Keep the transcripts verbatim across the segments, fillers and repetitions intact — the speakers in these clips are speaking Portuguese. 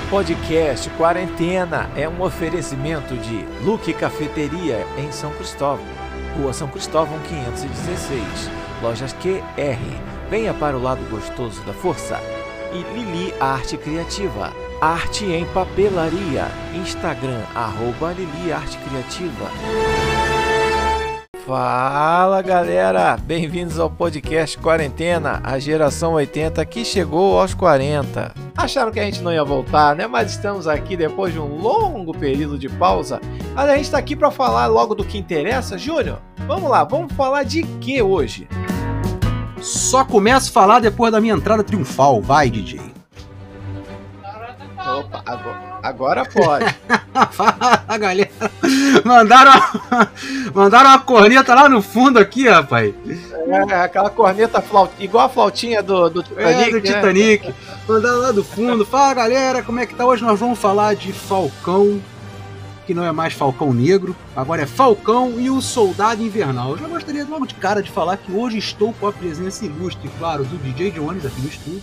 podcast Quarentena é um oferecimento de Luque Cafeteria em São Cristóvão, Rua São Cristóvão quinhentos e dezesseis, Lojas Q R. Venha para o lado gostoso da força. E Lili Arte Criativa, arte em papelaria. Instagram, arroba Lili Arte Criativa. Fala galera, bem-vindos ao podcast Quarentena, a geração oitenta que chegou aos quarenta. Acharam que a gente não ia voltar, né? Mas estamos aqui depois de um longo período de pausa. Mas a gente está aqui para falar logo do que interessa. Júnior, vamos lá, vamos falar de que hoje? Só começo a falar depois da minha entrada triunfal, vai D J. Opa, agora, agora pode. Fala, galera. Mandaram uma, mandaram uma corneta lá no fundo aqui, rapaz. É, aquela corneta flaut... igual a flautinha do, do Titanic. É, do Titanic. Né? Mandaram lá do fundo. Fala, galera, como é que tá? Hoje nós vamos falar de Falcão, que não é mais Falcão Negro, agora é Falcão e o Soldado Invernal. Eu já gostaria logo de cara de falar que hoje estou com a presença ilustre, claro, do D J Jones aqui no estúdio,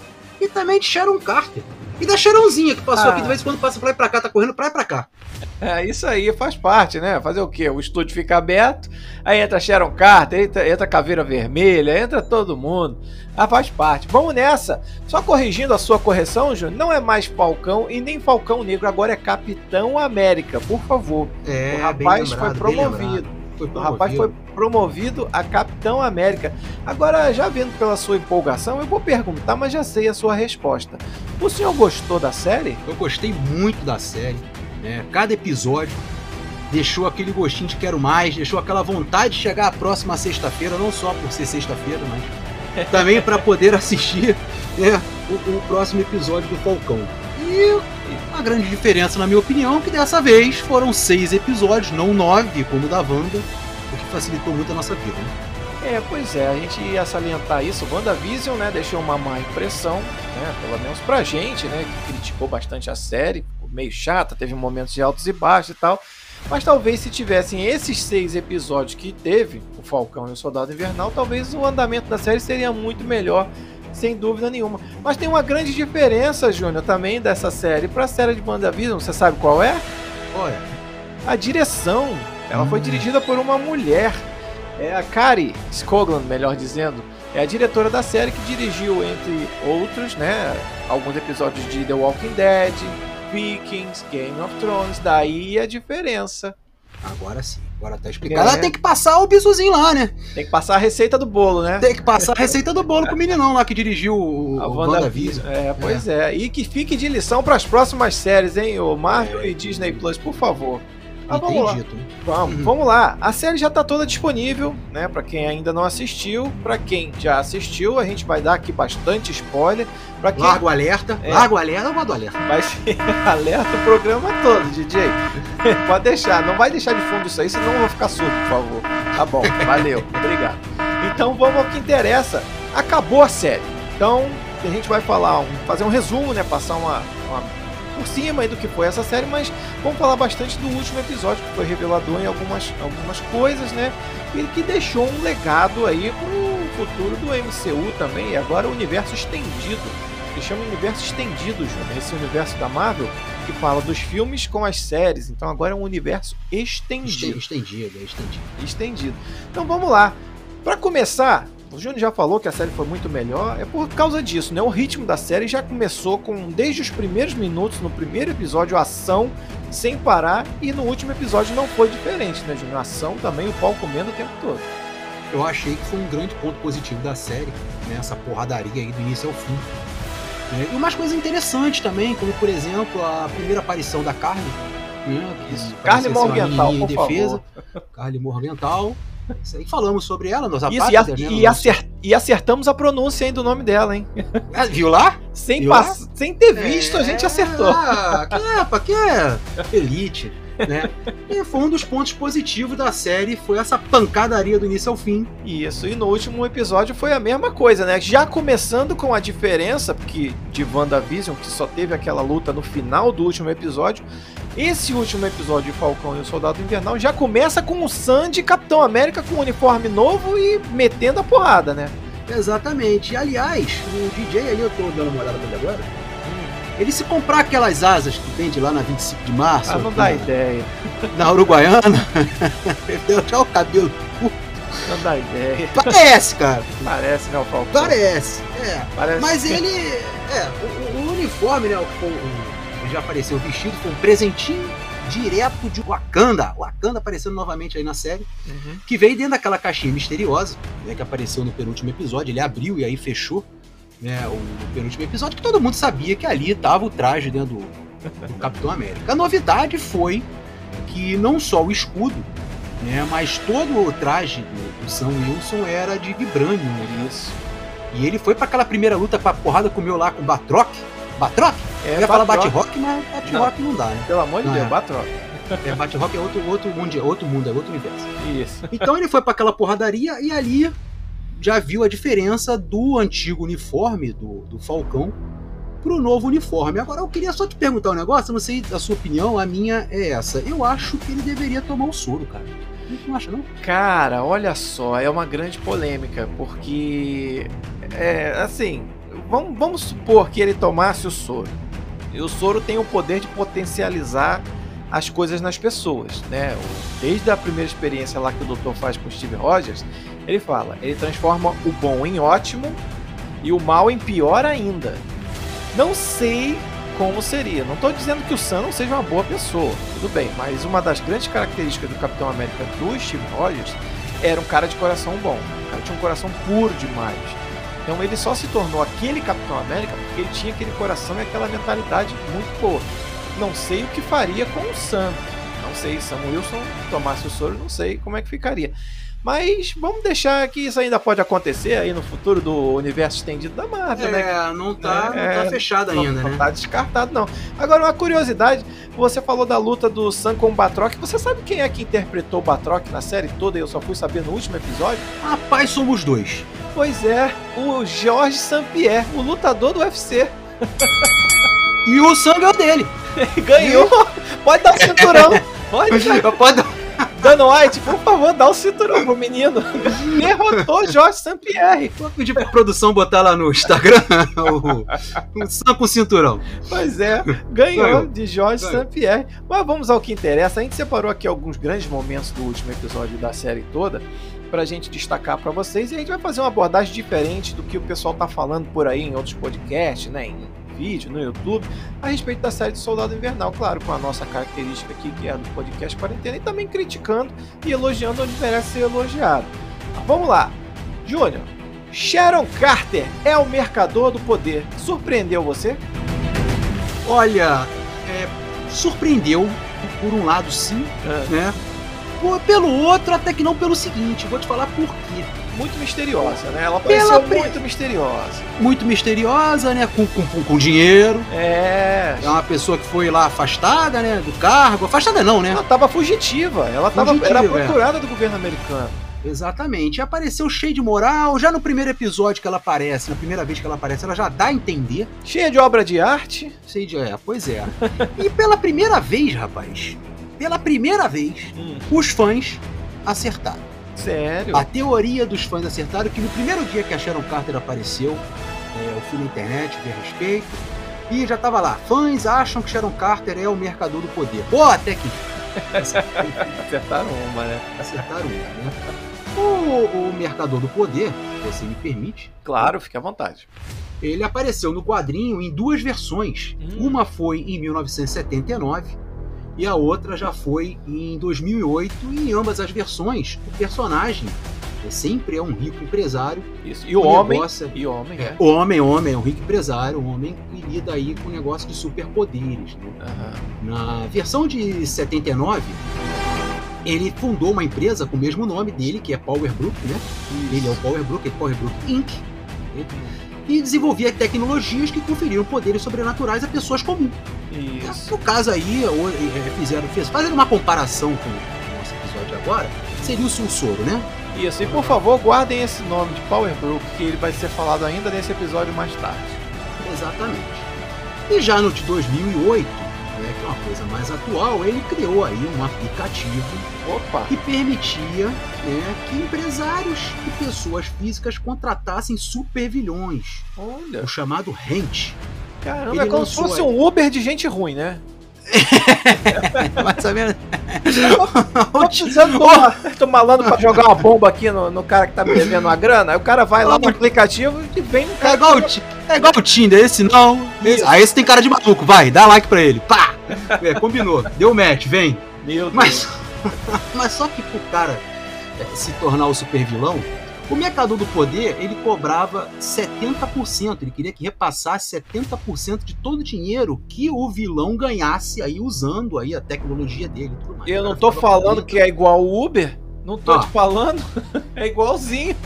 e também de Sharon Carter. E da Sharonzinha, que passou ah. aqui de vez em quando, passa pra lá e pra cá, tá correndo pra lá e pra cá. É, isso aí faz parte, né? Fazer o quê? O estúdio fica aberto, aí entra Sharon Carter, entra, entra Caveira Vermelha, entra todo mundo. Ah, faz parte. Vamos nessa. Só corrigindo a sua correção, Júnior, não é mais Falcão e nem Falcão Negro, agora é Capitão América, por favor. É, o rapaz lembrado, foi promovido. Foi o rapaz foi promovido a Capitão América. Agora, já vendo pela sua empolgação, eu vou perguntar, mas já sei a sua resposta. O senhor gostou da série? Eu gostei muito da série. Né? Cada episódio deixou aquele gostinho de quero mais, deixou aquela vontade de chegar a próxima sexta-feira, não só por ser sexta-feira, mas também para poder assistir, né, o, o próximo episódio do Falcão. E a grande diferença, na minha opinião, é que dessa vez foram seis episódios, não nove, como o da Wanda, o que facilitou muito a nossa vida. Né? É, pois é, a gente ia salientar isso. O WandaVision, né, deixou uma má impressão, né, pelo menos pra gente, né, que criticou bastante a série, meio chata, teve momentos de altos e baixos e tal. Mas talvez se tivessem esses seis episódios que teve, o Falcão e o Soldado Invernal, talvez o andamento da série seria muito melhor, sem dúvida nenhuma. Mas tem uma grande diferença, Júnior, também dessa série para a série de WandaVision. Você sabe qual é? Olha, a direção. Ela hum. foi dirigida por uma mulher. É a Kari Skogland, melhor dizendo. É a diretora da série que dirigiu, entre outros, né, alguns episódios de The Walking Dead, Vikings, Game of Thrones. Daí a diferença. Agora sim, agora tá explicado. É. Ela tem que passar o bisuzinho lá, né? Tem que passar a receita do bolo, né? Tem que passar a receita do bolo pro meninão lá que dirigiu o, a o WandaVision. É, pois é. é. E que fique de lição para as próximas séries, hein? O Marvel é. e Disney Plus, por favor. Ah, vamos lá. Dito. Vamos, uhum. vamos lá. A série já tá toda disponível, né? Pra quem ainda não assistiu. Pra quem já assistiu, a gente vai dar aqui bastante spoiler. Pra quem... Largo alerta. É. Largo alerta ou mando alerta? Vai ser alerta o programa todo, D J. Pode deixar. Não vai deixar de fundo isso aí, senão eu vou ficar surdo, por favor. Tá bom, valeu. Obrigado. Então vamos ao que interessa. Acabou a série. Então a gente vai falar, um, fazer um resumo, né? Passar uma... uma por cima aí do que foi essa série, mas vamos falar bastante do último episódio, que foi revelador em algumas, algumas coisas, né? E que deixou um legado aí pro futuro do M C U também, e agora o universo estendido. Que chama universo estendido, Júnior. Esse universo da Marvel que fala dos filmes com as séries. Então agora é um universo estendido. Estendido, é estendido. Estendido. Então vamos lá. Para começar, o Júnior já falou que a série foi muito melhor, é por causa disso, né? O ritmo da série já começou com, desde os primeiros minutos, no primeiro episódio, ação sem parar, e no último episódio não foi diferente, né, Júnior? Ação também, o pau comendo o tempo todo. Eu achei que foi um grande ponto positivo da série, né? Essa porradaria aí do início ao fim. E umas coisas interessantes também, como, por exemplo, a primeira aparição da Karli, né? Isso, Karli Morgenthau, por defesa. favor. Karli Morgenthau. Isso aí, falamos sobre ela nos Isso, e, a, né, e, acert, e acertamos a pronúncia aí do nome dela, hein? É, viu lá? Sem, viu pass, lá? sem ter visto, é, a gente acertou. Ah, que é, pra que é? Elite, né? E foi um dos pontos positivos da série, foi essa pancadaria do início ao fim. Isso, e no último episódio foi a mesma coisa, né? Já começando com a diferença, porque de WandaVision, que só teve aquela luta no final do último episódio, esse último episódio de Falcão e o Soldado Invernal já começa com o Sam de Capitão América com um uniforme novo e metendo a porrada, né? Exatamente. E, aliás, o D J ali, eu tô dando uma olhada pra ele agora, Ele se comprar aquelas asas que vende lá na vinte e cinco de março. Ah, não dá na, ideia. Na Uruguaiana. Deu já o cabelo. Não dá ideia. Parece, cara. Parece, né, o Falcão? Parece, é. Parece. Mas ele... É, o, o uniforme, né, o, o, ele já apareceu vestido, foi um presentinho direto de Wakanda. Wakanda aparecendo novamente aí na série. Uhum. Que veio dentro daquela caixinha misteriosa, né, que apareceu no penúltimo episódio. Ele abriu e aí fechou, né, o, o penúltimo episódio, que todo mundo sabia que ali estava o traje dentro do, do Capitão América. A novidade foi que não só o escudo, né, mas todo o traje do, do Sam Wilson era de vibranium. Isso. E ele foi para aquela primeira luta, pra porrada, comeu lá com o Batroc. Batroc? É, eu ia falar Batroc, mas Batroc não. não dá, né? Pelo amor de não, Deus, é. Batroc. É, Batroc é outro, outro, mundo, outro mundo, é outro universo. Isso. Então ele foi para aquela porradaria e ali já viu a diferença do antigo uniforme do, do Falcão pro novo uniforme. Agora eu queria só te perguntar um negócio, não sei a sua opinião, a minha é essa. Eu acho que ele deveria tomar o soro, cara. Não acha, não? Cara, olha só, é uma grande polêmica, porque, é, assim, vamos, vamos supor que ele tomasse o soro. E o soro tem o poder de potencializar as coisas nas pessoas, né? Desde a primeira experiência lá que o doutor faz com o Steve Rogers, ele fala, ele transforma o bom em ótimo e o mal em pior ainda. Não sei como seria. Não estou dizendo que o Sam não seja uma boa pessoa, tudo bem, mas uma das grandes características do Capitão América do Steve Rogers era um cara de coração bom. O cara tinha um coração puro demais. Então ele só se tornou aquele Capitão América porque ele tinha aquele coração e aquela mentalidade muito boa. Não sei o que faria com o Sam. Não sei, Sam Wilson tomasse o soro, não sei como é que ficaria. Mas vamos deixar que isso ainda pode acontecer aí no futuro do universo estendido da Marvel, é, né? É, não tá, é, não tá fechado não, ainda, não né? Não tá descartado, não. Agora, uma curiosidade, você falou da luta do Sam com o Batroc. Você sabe quem é que interpretou o Batroc na série toda? Eu só fui saber no último episódio. Rapaz, somos dois. Pois é, o Georges Saint-Pierre, o lutador do U F C. E o sangue é o dele. Ganhou. Pode dar o cinturão. Pode. Pode dar. Dana White, por favor, dá o cinturão pro menino. Derrotou Georges Saint-Pierre. Vou pedir pra produção botar lá no Instagram o, o Sam com cinturão. Pois é, ganhou, ganhou. de Georges Saint-Pierre. Mas vamos ao que interessa. A gente separou aqui alguns grandes momentos do último episódio da série toda pra gente destacar pra vocês. E a gente vai fazer uma abordagem diferente do que o pessoal tá falando por aí em outros podcasts, né? Em vídeo, no YouTube, a respeito da série de Soldado Invernal, claro, com a nossa característica aqui, que é a do podcast Quarentena, e também criticando e elogiando onde merece ser elogiado. Vamos lá, Júnior, Sharon Carter é o mercador do poder. Surpreendeu você? Olha, é, surpreendeu, por um lado sim, é. né? Por, pelo outro, até que não pelo seguinte, vou te falar por quê. Muito misteriosa, né? Ela pareceu pre... muito misteriosa. Muito misteriosa, né? Com, com, com dinheiro. É. É uma pessoa que foi lá afastada, né? Do cargo. Afastada não, né? Ela tava fugitiva. Ela tava, fugitiva, era procurada é. do governo americano. Exatamente. E apareceu cheia de moral. Já no primeiro episódio que ela aparece, na primeira vez que ela aparece, ela já dá a entender. Cheia de obra de arte. Cheia de... É, pois é. E pela primeira vez, rapaz, pela primeira vez, hum. os fãs acertaram. Sério? A teoria dos fãs acertaram que no primeiro dia que a Sharon Carter apareceu, é, eu fui na internet, vi a respeito, e já tava lá, fãs acham que Sharon Carter é o mercador do poder. Pô, até que... Acertaram uma, né? Acertaram uma, né? O, o mercador do poder, se você me permite... Claro, fique à vontade. Ele apareceu no quadrinho em duas versões. Hum. Uma foi em mil novecentos e setenta e nove... e a outra já foi em dois mil e oito, e em ambas as versões, o personagem é, sempre é um rico empresário. Isso. E o homem, negócio, e homem, é. é. Homem, homem, é um rico empresário, um homem que lida aí com o negócio de superpoderes. Né? Uhum. Na versão de setenta e nove, ele fundou uma empresa com o mesmo nome dele, que é Power Brook, né? Ele é o Power Brook, é Power Brook incorporated. Né? E desenvolvia tecnologias que conferiam poderes sobrenaturais a pessoas comuns. Isso. No caso aí, fizeram, fazendo uma comparação com o nosso episódio agora, seria o Sulsoro, né? Isso, e por favor, guardem esse nome de Power Brook, que ele vai ser falado ainda nesse episódio mais tarde. Exatamente. E já no de dois mil e oito, né, que é uma coisa mais atual, ele criou aí um aplicativo Opa. que permitia, né, que empresários e pessoas físicas contratassem supervilhões. Olha. O chamado Hench. Caramba, Ele é como se lançou fosse aí. um Uber de gente ruim, né? Mais ou menos. Tô precisando de uma- tô malando pra jogar uma bomba aqui no, no cara que tá me devendo uma grana. Aí o cara vai lá no aplicativo e vem no É cara. igual, o Ti- é igual o Tinder, esse não. Esse, ah, esse tem cara de maluco, vai, dá like pra ele. Pá! É, combinou, deu match, vem. Meu Deus. Mas, mas só que pro cara é, se tornar o super vilão, o Mercador do Poder, ele cobrava setenta por cento. Ele queria que repassasse setenta por cento de todo o dinheiro que o vilão ganhasse aí usando aí a tecnologia dele. e tudo mais. Eu O não cara tô ficava falando com que é igual o Uber. Não tô Ah. te falando. É igualzinho.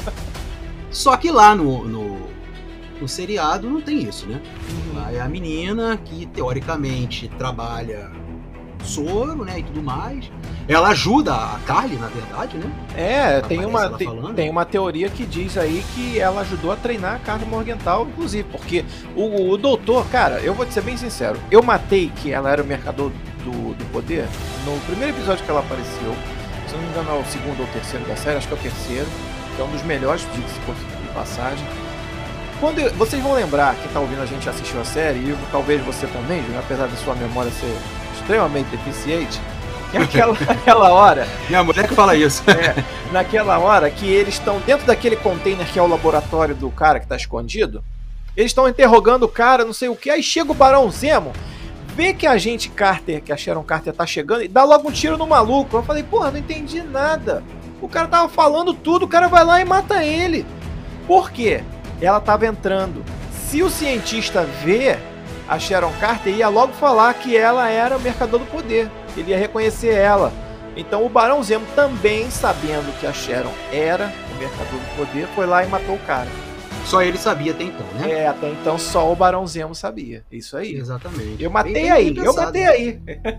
Só que lá no, no, no seriado não tem isso, né? Lá é a menina que teoricamente trabalha soro, né, e tudo mais. Ela ajuda a Carly, na verdade, né? É, Aparece tem uma, ela tem, falando. tem uma teoria que diz aí que ela ajudou a treinar a Carly Morgenthau, inclusive, porque o, o doutor, cara, eu vou te ser bem sincero, eu matei que ela era o mercador do, do poder no primeiro episódio que ela apareceu, se eu não me engano é o segundo ou terceiro da série, acho que é o terceiro, que é um dos melhores de, de passagem. Quando eu- vocês vão lembrar, quem tá ouvindo a gente assistiu a série, e talvez você também, Júnior, apesar de sua memória ser extremamente deficiente, que aquela, aquela hora, Minha mulher que fala isso. é, naquela hora que eles estão dentro daquele container que é o laboratório do cara que tá escondido, eles estão interrogando o cara, não sei o que, aí chega o Barão Zemo, vê que a agente Carter, que a Sharon Carter tá chegando, e dá logo um tiro no maluco. Eu falei, porra, não entendi nada. O cara tava falando tudo, o cara vai lá e mata ele. Por quê? Ela tava entrando. Se o cientista vê a Sharon Carter, ia logo falar que ela era o Mercador do Poder. Ele ia reconhecer ela. Então o Barão Zemo também, sabendo que a Sharon era o Mercador do Poder, foi lá e matou o cara. Só ele sabia até então, né? É, até então só o Barão Zemo sabia. Isso aí. Exatamente. Eu matei Bem- bem aí, eu pensado, matei né? aí.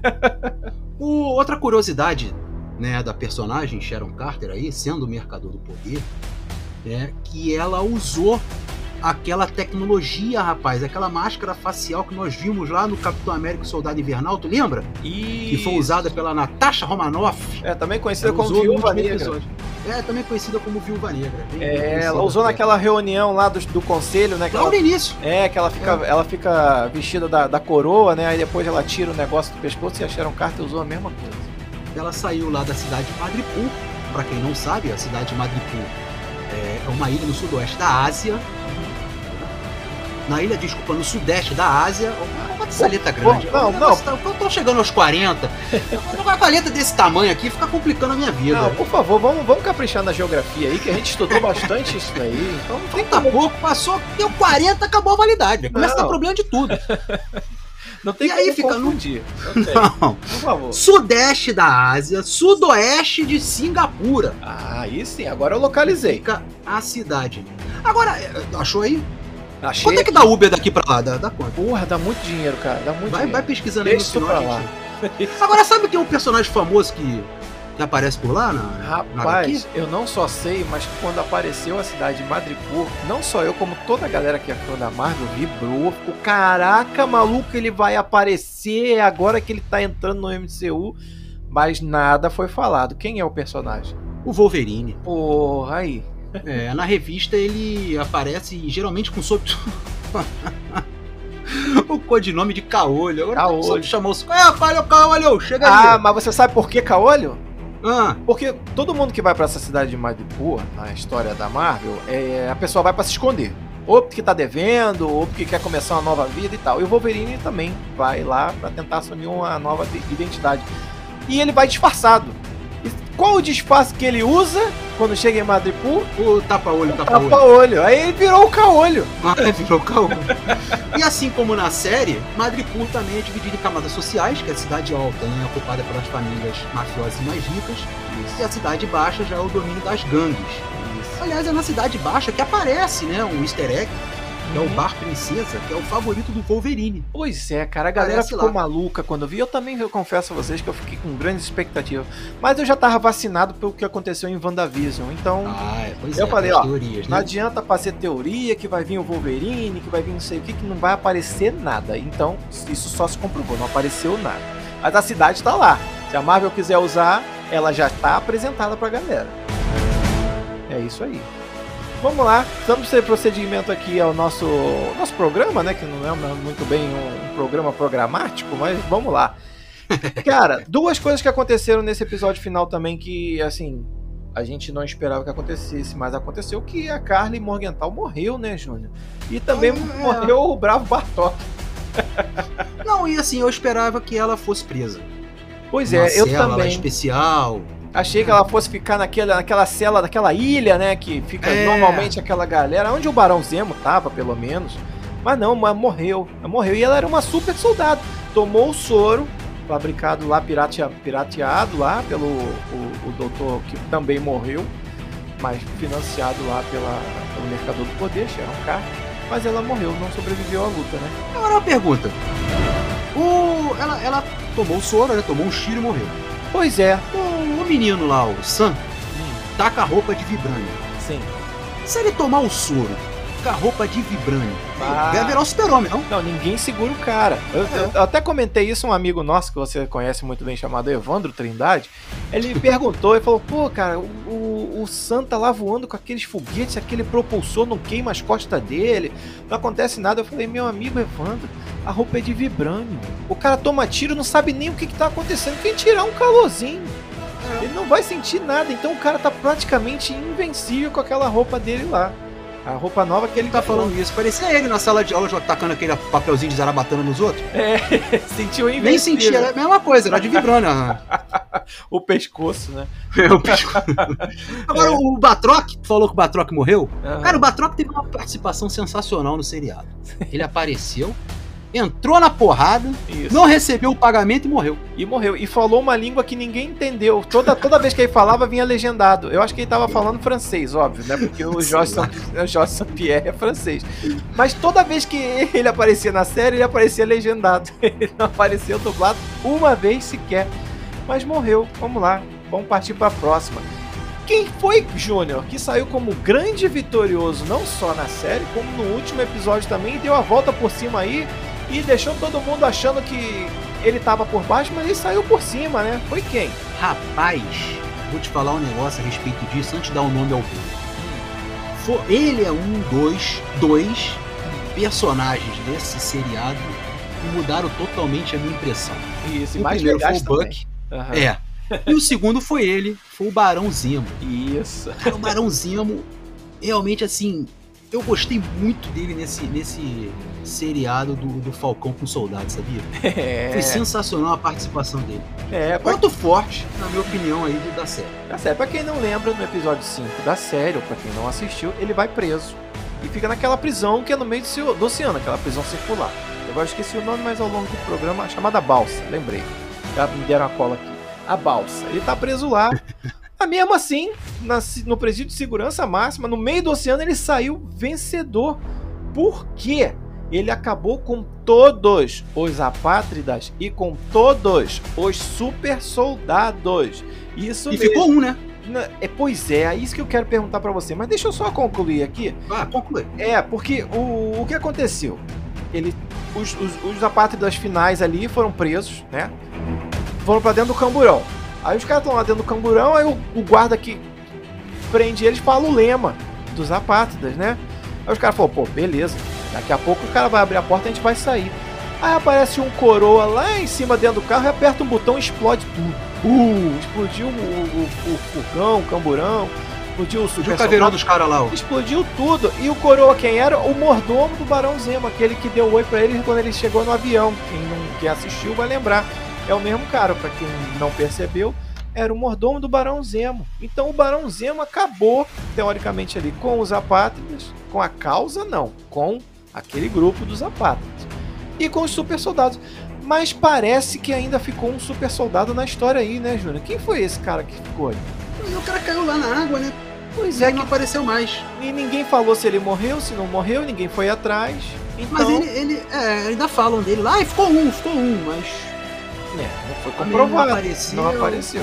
O, outra curiosidade, né, da personagem Sharon Carter aí, sendo o Mercador do Poder, é que ela usou aquela tecnologia, rapaz, aquela máscara facial que nós vimos lá no Capitão América e o Soldado Invernal, tu lembra? E Que foi usada pela Natasha Romanoff. É, também conhecida Ela como usou no Viúva último Negra. episódio. É, também conhecida como Viúva Negra. Bem- bem É, conhecida ela usou até. naquela reunião lá do, do conselho, né? Que Lá ela, no início. é, que ela fica, ela fica vestida da, da coroa, né? Aí depois ela tira o negócio do pescoço e a Sharon Carter usou a mesma coisa. Ela saiu lá da cidade de Madripoor. Pra quem não sabe, a cidade de Madripoor é uma ilha no sudoeste da Ásia. Na ilha, desculpa, no sudeste da Ásia. Uma saleta grande. não, O negócio tá- Eu tô chegando aos quarenta. Uma paleta desse tamanho aqui fica complicando a minha vida. Não, por favor, vamos, vamos caprichar na geografia aí, que a gente estudou bastante isso daí. Então não tem Falta como, pouco, passou, deu quarenta, acabou a validade. né? Começa a dar Não. problema de tudo. não tem E aí como fica no- confundir. Não tem, Não. por favor. Sudeste da Ásia, sudoeste de Singapura. Ah, aí sim, agora eu localizei. Fica a cidade. Agora, é, achou aí? Achei. Quanto é que dá Uber daqui pra lá? Dá, dá quanto? Porra, dá muito dinheiro, cara. Dá muito Vai, dinheiro. vai pesquisando aí no Deixa isso final. pra lá. gente. Agora, sabe quem é um personagem famoso que, que aparece por lá? Na, na Rapaz, eu não só sei, mas quando apareceu a cidade de Madripoor, não só eu, como toda a galera que é fã da Marvel vibrou, ficou, caraca, maluco, ele vai aparecer, é agora que ele tá entrando no M C U, mas nada foi falado. Quem é o personagem? o Wolverine. Porra, aí. É, na revista ele aparece geralmente com sob... o codinome de Caolho. Agora Caolho. só chamar os... É, Caolho, Caolho, chega Ah, aí. mas você sabe por que Caolho? Ah, Porque todo mundo que vai pra essa cidade de Madripoor, na história da Marvel, é, a pessoa vai pra se esconder. Ou porque tá devendo, ou porque quer começar uma nova vida e tal. E o Wolverine também vai lá pra tentar assumir uma nova de- identidade. E ele vai disfarçado. E qual o disfarce que ele usa quando chega em Madripoor? o tapa-olho, tapa-olho. Tapa-olho. Aí ele virou o caolho. Ah, virou Caolho. E assim como na série, Madripoor também é dividido em camadas sociais, que é a cidade alta, né, ocupada pelas famílias mafiosas mais ricas, e a cidade baixa já é o domínio das gangues. Aliás, é na cidade baixa que aparece, né, um easter egg, que é o Bar Princesa, que é o favorito do Wolverine. Pois é, cara, a galera Parece ficou lá. maluca quando eu vi. Eu também, eu confesso a vocês que eu fiquei com grandes expectativas. Mas eu já tava vacinado pelo que aconteceu em WandaVision. Então, Ah, é, pois Eu é, falei, tem as ó, teorias, não né? adianta fazer teoria que vai vir o Wolverine, que vai vir não sei o que, que não vai aparecer nada. Então, isso só se comprovou, não apareceu nada. Mas a cidade tá lá. Se a Marvel quiser usar, ela já tá apresentada pra galera. É isso aí. vamos lá, damos esse procedimento aqui ao nosso, nosso programa, né? Que não é muito bem um, um programa programático, mas vamos lá. Cara, duas coisas que aconteceram nesse episódio final também que, assim, a gente não esperava que acontecesse, mas aconteceu que a Carly Morgenthau morreu, né, Júnior? E também é, morreu o Bravo Bartok. Não, e assim, eu esperava que ela fosse presa. Pois Uma é, eu cela também. especial. Achei que ela fosse ficar naquela, naquela cela, naquela ilha, né? Que fica é. normalmente aquela galera, onde o Barão Zemo tava, pelo menos. Mas não, mas morreu. Morreu. E ela era uma super soldado. Tomou o soro, fabricado lá, piratea, pirateado lá pelo o, o doutor, que também morreu, mas financiado lá pela, pelo Mercador do Poder, Sharon Carter. Mas ela morreu, não sobreviveu à luta, né? Agora uma pergunta. O, ela, ela tomou o soro, né? Tomou um tiro e morreu. Pois é. O, o menino lá, o Sam, hum. tá com a roupa de vibrânio. Sim. Se ele tomar o soro com a roupa de vibrânio, ah. vai virar o super-homem, não? Não, ninguém segura o cara. Eu, é. eu, eu até comentei isso, um amigo nosso que você conhece muito bem, chamado Evandro Trindade. Ele me perguntou e falou, pô, cara, o, o, o Sam tá lá voando com aqueles foguetes, aquele propulsor não queima as costas dele, não acontece nada. Eu falei, meu amigo Evandro, a roupa é de vibrânio. O cara toma tiro, não sabe nem o que, que tá acontecendo. Quem tirar um calorzinho, é. ele não vai sentir nada. Então o cara tá praticamente invencível com aquela roupa dele lá. A roupa nova que ele tá falando isso. Parecia ele na sala de aula tacando aquele papelzinho de zarabatana nos outros. É, sentiu invencível. Nem sentia, era a mesma coisa, era de vibrânio. O pescoço, né? É, o pescoço. Agora, é. o Batroc, falou que o Batroc morreu. Uhum. Cara, o Batroc teve uma participação sensacional no seriado. Ele apareceu, entrou na porrada, isso. não recebeu o pagamento e morreu. E morreu. E falou uma língua que ninguém entendeu. Toda, toda vez que ele falava, vinha legendado. Eu acho que ele tava falando francês, óbvio, né? Porque o Jorge Saint-Pierre é francês. Mas toda vez que ele aparecia na série, ele aparecia legendado. Ele não apareceu dublado uma vez sequer. Mas morreu. Vamos lá. Vamos partir pra próxima. Quem foi, Júnior, que saiu como grande vitorioso, não só na série, como no último episódio também, deu a volta por cima aí e deixou todo mundo achando que ele tava por baixo, mas ele saiu por cima, né? Foi quem? Rapaz, vou te falar um negócio a respeito disso antes de dar o um nome ao povo. Ele é um dos dois personagens desse seriado que mudaram totalmente a minha impressão. Isso, e o mais primeiro foi o também. Buck. Uhum. É. E o segundo foi ele, foi o Barão Zemo. Isso. Cara, o Barão Zemo, realmente assim, eu gostei muito dele nesse, nesse seriado do, do Falcão com Soldado, sabia? É. Foi sensacional a participação dele. É, Ponto pra... forte, na minha opinião, aí da série. Da série. Pra quem não lembra, no episódio cinco da série, ou pra quem não assistiu, ele vai preso. E fica naquela prisão que é no meio do oceano, aquela prisão circular. Eu agora esqueci o nome, mas ao longo do programa, chamada Balsa, lembrei. Já me deram a cola aqui. A Balsa. Ele tá preso lá. Mas mesmo assim, na, no presídio de segurança máxima, no meio do oceano, ele saiu vencedor. Por quê? Ele acabou com todos os apátridas e com todos os super soldados. Isso e mesmo. Ficou um, né? É, pois é, é isso que eu quero perguntar pra você. Mas deixa eu só concluir aqui. Ah, conclui. É, porque o, o que aconteceu? Ele, os, os, os apátridas finais ali foram presos, né? Foram pra dentro do camburão. Aí os caras estão lá dentro do camburão, aí o, o guarda que prende eles fala o lema dos apátridas, né? Aí os caras falam, pô, beleza, daqui a pouco o cara vai abrir a porta e a gente vai sair. Aí aparece um coroa lá em cima dentro do carro e aperta um botão e explode tudo. Uh, explodiu o, o, o fogão, o camburão, explodiu o super o caveirão dos caras lá. Ó. Explodiu tudo. E o coroa quem era? O mordomo do Barão Zemo, aquele que deu oi pra ele quando ele chegou no avião. Quem, não, quem assistiu vai lembrar. É o mesmo cara, pra quem não percebeu, era o mordomo do Barão Zemo. Então o Barão Zemo acabou, teoricamente, ali com os apátridas, com a causa não, com aquele grupo dos apátridas. E com os super soldados. Mas parece que ainda ficou um super soldado na história aí, né, Júnior? Quem foi esse cara que ficou aí? O cara caiu lá na água, né? Pois é, que não apareceu mais. E ninguém falou se ele morreu, se não morreu, ninguém foi atrás. Então... Mas ele, ele é, ainda falam dele lá, e ficou um, ficou um, mas... É, não foi comprovado. Não apareceu. Não apareceu.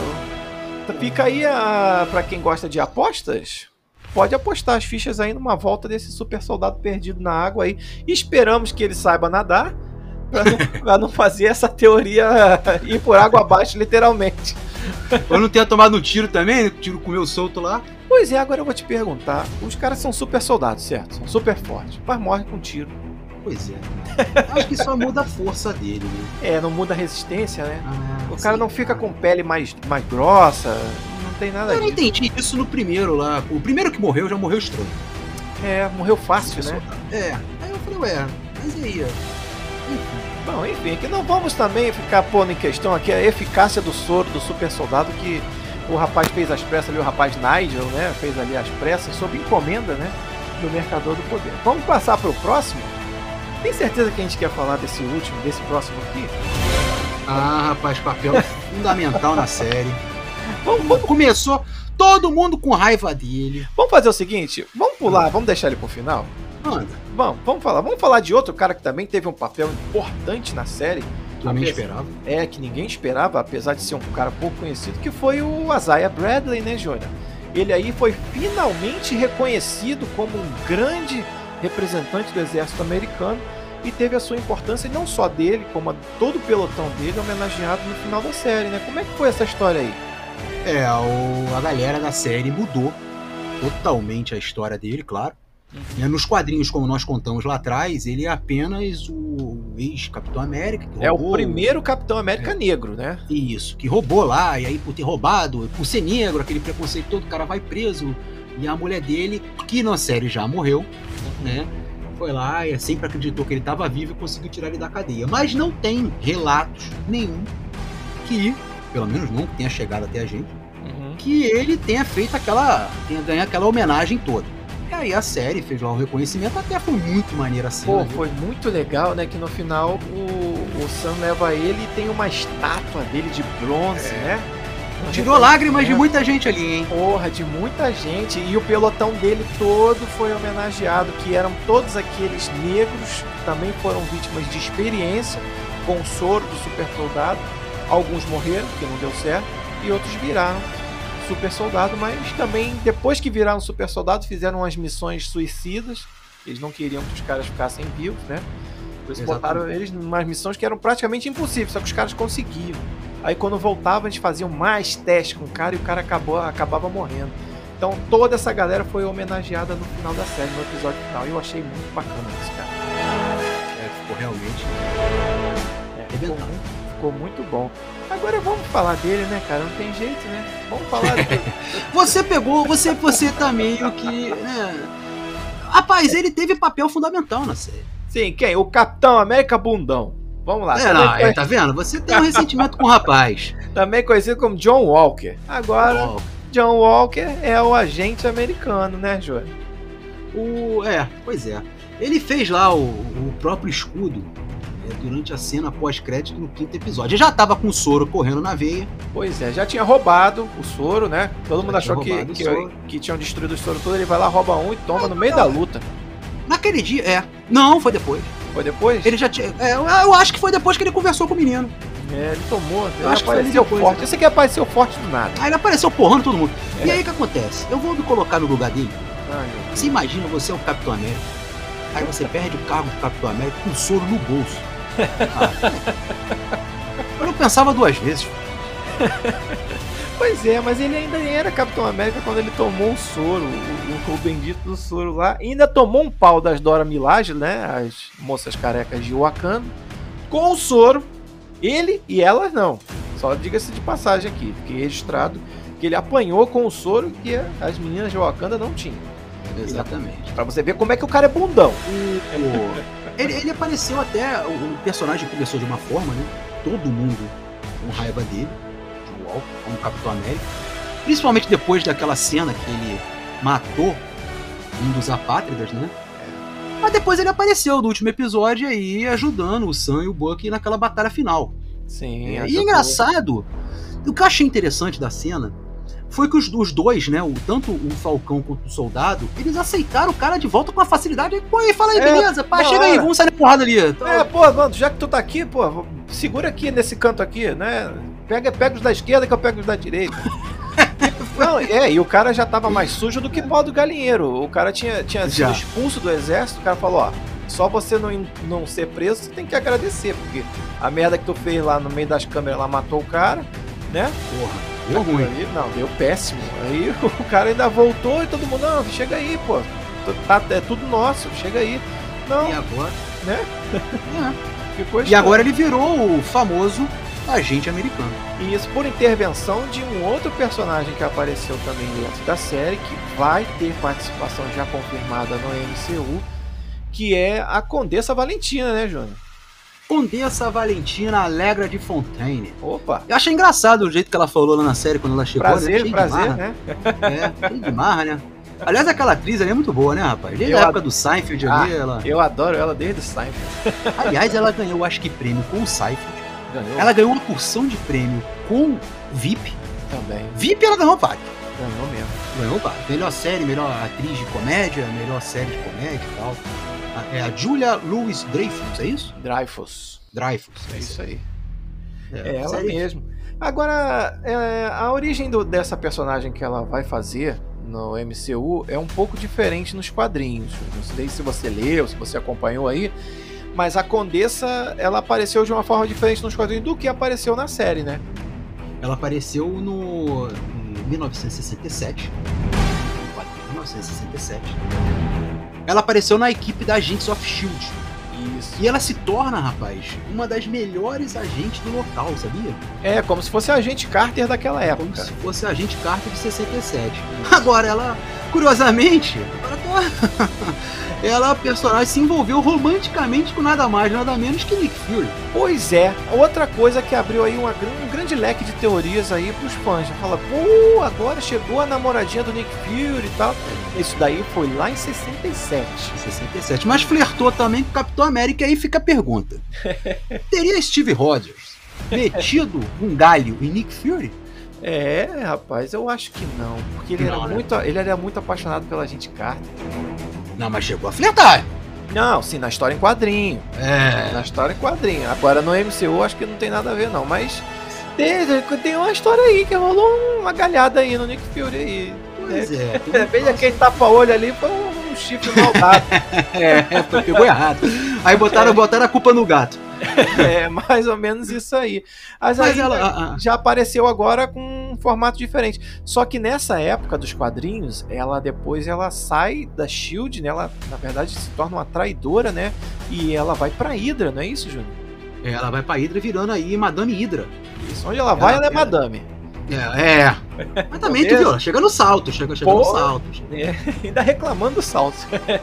Fica aí, a, pra quem gosta de apostas, pode apostar as fichas aí numa volta desse super soldado perdido na água aí. E esperamos que ele saiba nadar, pra não, pra não fazer essa teoria ir por água abaixo, literalmente. Ou não tenha tomado um tiro também, o tiro comeu solto lá. Pois é, agora eu vou te perguntar. Os caras são super soldados, certo? São super fortes, mas morrem com tiro. Pois é. Acho que só muda a força dele, né? É, não muda a resistência, né? Ah, o cara sim, não fica cara. com pele mais, mais grossa, não tem nada Eu não disso. entendi isso no primeiro lá. O primeiro que morreu já morreu estranho. É, morreu fácil, né? É. Aí eu falei, ué, mas e aí? Enfim. Bom, enfim, que não vamos também ficar pondo em questão aqui a eficácia do soro do super soldado que o rapaz fez às pressas ali, o rapaz Nigel, né? Fez ali às pressas, sob encomenda, né? Do Mercador do Poder. Vamos passar para o próximo? Tem certeza que a gente quer falar desse último, desse próximo aqui? Ah, rapaz, papel fundamental na série. Vamos, vamos, Começou todo mundo com raiva dele. vamos fazer o seguinte, vamos pular, vamos deixar ele pro final? Manda. Vamos, vamos falar, vamos falar de outro cara que também teve um papel importante na série. Também Apesar- esperava. É, que ninguém esperava, apesar de ser um cara pouco conhecido, que foi o Isaiah Bradley, né, Júnior? Ele aí foi finalmente reconhecido como um grande representante do exército americano e teve a sua importância, não só dele, como a todo o pelotão dele, homenageado no final da série, né? Como é que foi essa história aí? É, o, a galera da série mudou totalmente a história dele, claro. E nos quadrinhos, como nós contamos lá atrás, ele é apenas o ex-Capitão América. Que É o roubou- primeiro Capitão América negro, né? Isso, que roubou lá, e aí por ter roubado, por ser negro, aquele preconceito todo, o cara vai preso. E a mulher dele, que na série já morreu, né? Foi lá e sempre acreditou que ele estava vivo e conseguiu tirar ele da cadeia. Mas não tem relatos nenhum que, pelo menos não tenha chegado até a gente, Uhum. que ele tenha feito aquela, tenha ganho aquela homenagem toda. E aí a série fez lá o reconhecimento, até foi muito maneira assim. Pô, né? foi muito legal, né? Que no final o, o Sam leva ele e tem uma estátua dele de bronze, né? Tirou lágrimas de muita gente ali, hein? Porra, de muita gente. E o pelotão dele todo foi homenageado, que eram todos aqueles negros que também foram vítimas de experiência com o soro do super soldado. Alguns morreram, porque não deu certo, e outros viraram super soldado, mas também, depois que viraram super soldado, fizeram umas missões suicidas. Eles não queriam que os caras ficassem vivos, né? Por isso Exatamente. botaram eles em umas missões que eram praticamente impossíveis, só que os caras conseguiam. Aí quando voltavam, eles faziam mais testes com o cara e o cara acabou, acabava morrendo. Então toda essa galera foi homenageada no final da série, no episódio final. E eu achei muito bacana isso, cara. É, ficou realmente. É, ficou, muito, ficou muito bom. Agora vamos falar dele, né, cara? Não tem jeito, né? Vamos falar dele. Você pegou, você, você tá meio que. Né? Rapaz, ele teve papel fundamental na série. Sim, quem? O Capitão América Bundão. Vamos lá. É, também, não, é, tá vendo? Você tem um ressentimento com o rapaz. também conhecido como John Walker. Agora, Ó, John Walker é o agente americano, né, Jô? o, é, pois é. Ele fez lá o, o próprio escudo é, durante a cena pós-crédito no quinto episódio. Ele já tava com o soro correndo na veia. Pois é, já tinha roubado o soro, né? Todo Já mundo achou tinha que, roubado o que, soro. que tinham destruído o soro todo. Ele vai lá, rouba um e toma no meio da luta. Naquele dia, é. Não, foi depois. Foi depois? Ele já tinha. É, eu eu acho que foi depois que ele conversou com o menino. É, ele tomou. Ele acho que foi apareceu depois, forte. né? Esse aqui apareceu forte do nada. Aí ele apareceu porrando todo mundo. É. E aí o que acontece? Eu vou me colocar no lugar dele. Ai, meu Deus. Você imagina, você é o Capitão América. Aí você perde o cargo do Capitão América com soro no bolso. Ah, eu não pensava duas vezes. Pois é, mas ele ainda era Capitão América quando ele tomou o soro, o, o, o bendito do soro lá. E ainda tomou um pau das Dora Milaje, né? As moças carecas de Wakanda. Com o soro. Ele e elas não. Só diga-se de passagem aqui, fiquei registrado que ele apanhou com o soro que as meninas de Wakanda não tinham. Exatamente. Pra você ver como é que o cara é bundão. O- ele, ele apareceu até. O, o personagem começou de uma forma, né? Todo mundo com raiva dele, de Walker, como Capitão América. Principalmente depois daquela cena que ele matou um dos apátridas, né? Mas depois ele apareceu no último episódio aí, ajudando o Sam e o Bucky naquela batalha final. Sim. É, e ajudou. é engraçado, o que eu achei interessante da cena foi que os, os dois, né, o, tanto o Falcão quanto o Soldado, eles aceitaram o cara de volta com uma facilidade. Pô, aí, fala aí, É, beleza, pá, na chega aí, hora. vamos sair na porrada ali. Então, É, pô, mano, já que tu tá aqui, pô, segura aqui nesse canto aqui, né? Pega, pega os da esquerda que eu pego os da direita. Não, é, e o cara já tava mais sujo do que pó do galinheiro. O cara tinha, tinha sido Já. expulso do exército, o cara falou, ó, só você não, não ser preso, você tem que agradecer, porque a merda que tu fez lá no meio das câmeras lá matou o cara, né? Porra, deu ruim. Aí, não, deu péssimo. Aí o cara ainda voltou e todo mundo, não, chega aí, pô. Tá, é tudo nosso, chega aí. Não. E agora? Né? É. Ficou e agora ele virou o famoso agente americano. E isso por intervenção de um outro personagem que apareceu também dentro da série, que vai ter participação já confirmada no M C U, que é a Condessa Valentina, né, Júnior? Condessa Valentina Allegra de Fontaine. Opa! Eu achei engraçado o jeito que ela falou lá na série quando ela chegou. Prazer, né? prazer, né? É, cheio de marra, né? Aliás, aquela atriz ali é muito boa, né, rapaz? Desde eu a época ad... do Seinfeld ah, ali, ela... Eu adoro ela desde o Seinfeld. Aliás, ela ganhou, acho que, prêmio com o Seinfeld. Ganhou. Ela ganhou uma porção de prêmio com V I P. Também. V I P ela ganhou vários. Ganhou mesmo. Ganhou vários. Melhor série, melhor atriz de comédia, melhor série de comédia e tal. É a Julia Louis-Dreyfus, é isso? Dreyfus. Dreyfus. É isso aí. É, É ela série... mesmo. Agora, é, a origem do, dessa personagem que ela vai fazer no M C U é um pouco diferente nos quadrinhos. Não sei se você leu, se você acompanhou aí, mas a Condessa, ela apareceu de uma forma diferente nos quadrinhos do que apareceu na série, né? Ela apareceu no em mil novecentos e sessenta e sete. mil novecentos e sessenta e sete. Ela apareceu na equipe da Agents of Shield. Isso. E ela se torna, rapaz, uma das melhores agentes do local, sabia? É, como se fosse a agente Carter daquela época. Como se fosse a agente Carter de sessenta e sete. Agora, ela, curiosamente, ela, ela, a personagem, se envolveu romanticamente com nada mais, nada menos que Nick Fury. Pois é, outra coisa que abriu aí uma, um grande leque de teorias aí pros fãs. Já fala, pô, agora chegou a namoradinha do Nick Fury e tal. Isso daí foi lá em sessenta e sete. sessenta e sete. Mas flertou também com o Capitão América, e aí fica a pergunta. Teria Steve Rogers metido um galho em Nick Fury? É, rapaz, eu acho que não. Porque ele, não, era, né? muito, ele era muito apaixonado pela gente Carter. Não, mas chegou a flertar. Não, sim, na história em quadrinho. É. Na história em quadrinho. Agora no M C U acho que não tem nada a ver, não. Mas tem, tem uma história aí que rolou uma galhada aí no Nick Fury aí. Pois é. É, veja quem tapa-olho ali foi um, um chifre maldado. É, pegou errado. Aí botaram, botaram a culpa no gato. É, mais ou menos isso aí. Mas, Mas aí ela, já, a, a... já apareceu agora com um formato diferente. Só que nessa época dos quadrinhos, ela depois ela sai da Shield, né? Ela, na verdade, se torna uma traidora, né? E ela vai pra Hydra, não é isso, Júnior? Ela vai pra Hydra virando aí Madame Hydra. Isso, onde ela vai, ela, ela é Madame. É, é. Mas também, tu viu, ela chega no salto, chega, chega no salto. É, ainda reclamando do salto.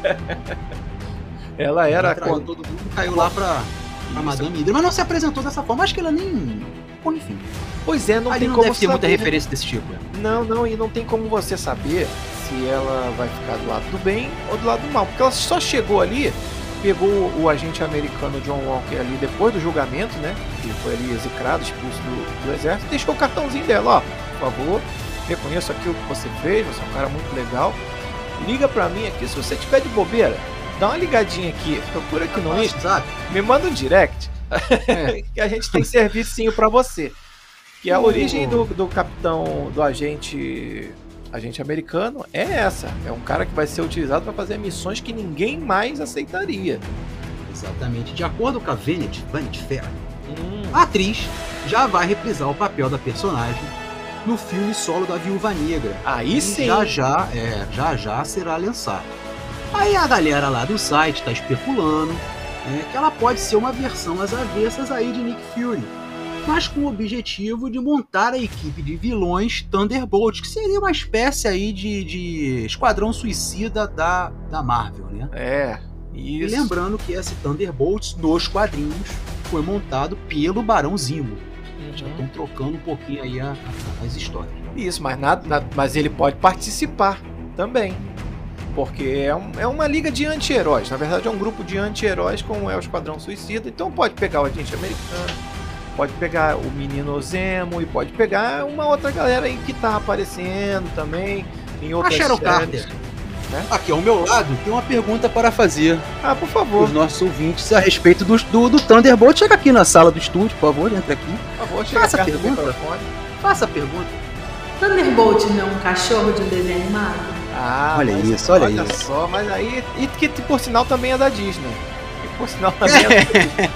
Ela era... Quando todo mundo caiu lá pra... a Madame Hydra, mas não se apresentou dessa forma. Acho que ela nem... Bom, enfim. Pois é, não Ali tem não como deve ter saber, muita referência desse tipo. Não, não, e não tem como você saber se ela vai ficar do lado do bem ou do lado do mal. Porque ela só chegou ali, pegou o agente americano John Walker ali depois do julgamento, né? Ele foi ali execrado, expulso do, do exército, deixou o cartãozinho dela, ó. Por favor, reconheço aquilo que você fez, você é um cara muito legal. Liga pra mim aqui, se você tiver de bobeira, dá uma ligadinha aqui, procura aqui no Insta, me manda um direct, é. que a gente tem servicinho pra você. Que a origem do, do capitão, do agente, agente americano é essa. É um cara que vai ser utilizado para fazer missões que ninguém mais aceitaria. Exatamente. De acordo com a Vanity, Vanity Fair, hum. a atriz já vai reprisar o papel da personagem no filme solo da Viúva Negra. Aí sim. Já já, é, já já será lançado. Aí a galera lá do site tá especulando é, que ela pode ser uma versão às avessas aí de Nick Fury, mas com o objetivo de montar a equipe de vilões Thunderbolt, que seria uma espécie aí de, de esquadrão suicida da, da Marvel, né? É, isso. E lembrando que esse Thunderbolts nos quadrinhos foi montado pelo Barão Zemo. Uhum. Já estão trocando um pouquinho aí a, a, as histórias. Isso, mas, nada, nada, mas ele pode participar também. Porque é, um, é uma liga de anti-heróis. Na verdade é um grupo de anti-heróis como é o Esquadrão Suicida. Então pode pegar o agente americano, pode pegar o menino Zemo e pode pegar uma outra galera aí que tá aparecendo também em outras séries. A Sharon Carter. Né? Aqui ao meu lado tem uma pergunta para fazer. Ah, por favor. Os nossos ouvintes a respeito do, do, do Thunderbolt. Chega aqui na sala do estúdio, por favor, entra aqui. Por favor, chega Faça a perto do pergunta. microfone. Faça a pergunta. Thunderbolt não é um cachorro de um desenho animado? Ah, olha mas, isso, olha, olha isso. só, mas aí. E que por sinal também é da Disney. E por sinal também é da Disney.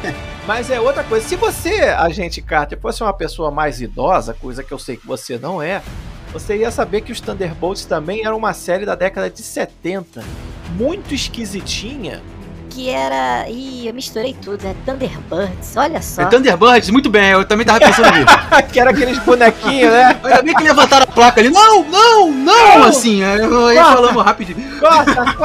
Mas é outra coisa. Se você, agente Carter, fosse uma pessoa mais idosa, coisa que eu sei que você não é, você ia saber que os Thunderbolts também eram uma série da década de setenta. Muito esquisitinha. Que era... Ih, eu misturei tudo. É Thunderbirds, olha só. É Thunderbirds, muito bem, eu também tava pensando nisso. Que era aqueles bonequinhos, né? Ainda bem que levantaram a placa ali. Não, não, não, Não. assim. Eu ia falando rapidinho. Corta,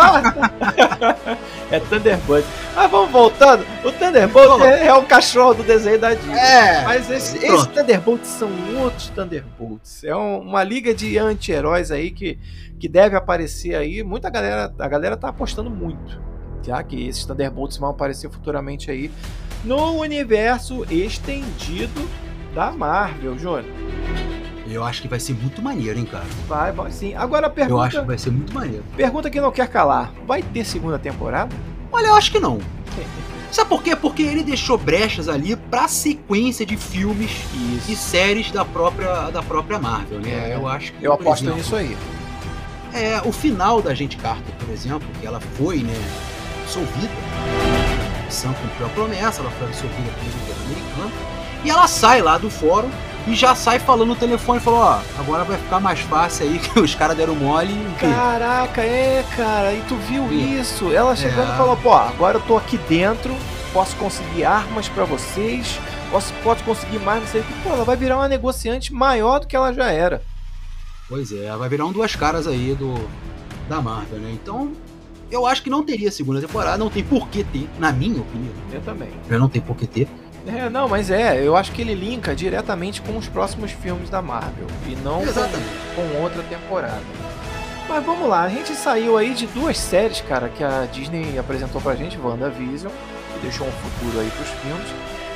corta! É Thunderbirds. Mas vamos voltando. O Thunderbolts é, é o cachorro do desenho da Disney. É. Mas esse, Pronto. esses Thunderbolts são outros Thunderbolts. É um- uma liga de anti-heróis aí que, que deve aparecer aí. Muita galera, a galera tá apostando muito. Já que esses Thunderbolts vão aparecer futuramente aí no universo estendido da Marvel, Júnior. Eu acho que vai ser muito maneiro, hein, cara. Vai, vai sim. Agora a Eu pergunta, acho que vai ser muito maneiro. pergunta que não quer calar. Vai ter segunda temporada? Olha, eu acho que não. Sabe por quê? Porque ele deixou brechas ali pra sequência de filmes e séries da própria, da própria Marvel, né? É, eu acho que, Eu por aposto exemplo, nisso aí. É, o final da Agente Carter, por exemplo, que ela foi, né, absolvida. A Sam cumpriu a promessa, ela foi absolvida pelo governo americano. E ela sai lá do fórum e já sai falando no telefone, falou, ó, agora vai ficar mais fácil aí, que os caras deram mole. e- Caraca, é, cara, e tu viu É. isso? Ela chegando É. e falou, pô, agora eu tô aqui dentro, posso conseguir armas pra vocês, posso, posso conseguir mais, não sei o que. Pô, ela vai virar uma negociante maior do que ela já era. Pois é, vai virar um duas caras aí do, da Marvel, né? Então, eu acho que não teria segunda temporada, não tem por que ter, na minha opinião. Eu também. Já não tem por que ter. É, não, mas é, eu acho que ele linka diretamente com os próximos filmes da Marvel, e não Exatamente. com, com outra temporada. Mas vamos lá, a gente saiu aí de duas séries, cara, que a Disney apresentou pra gente, WandaVision, que deixou um futuro aí pros filmes,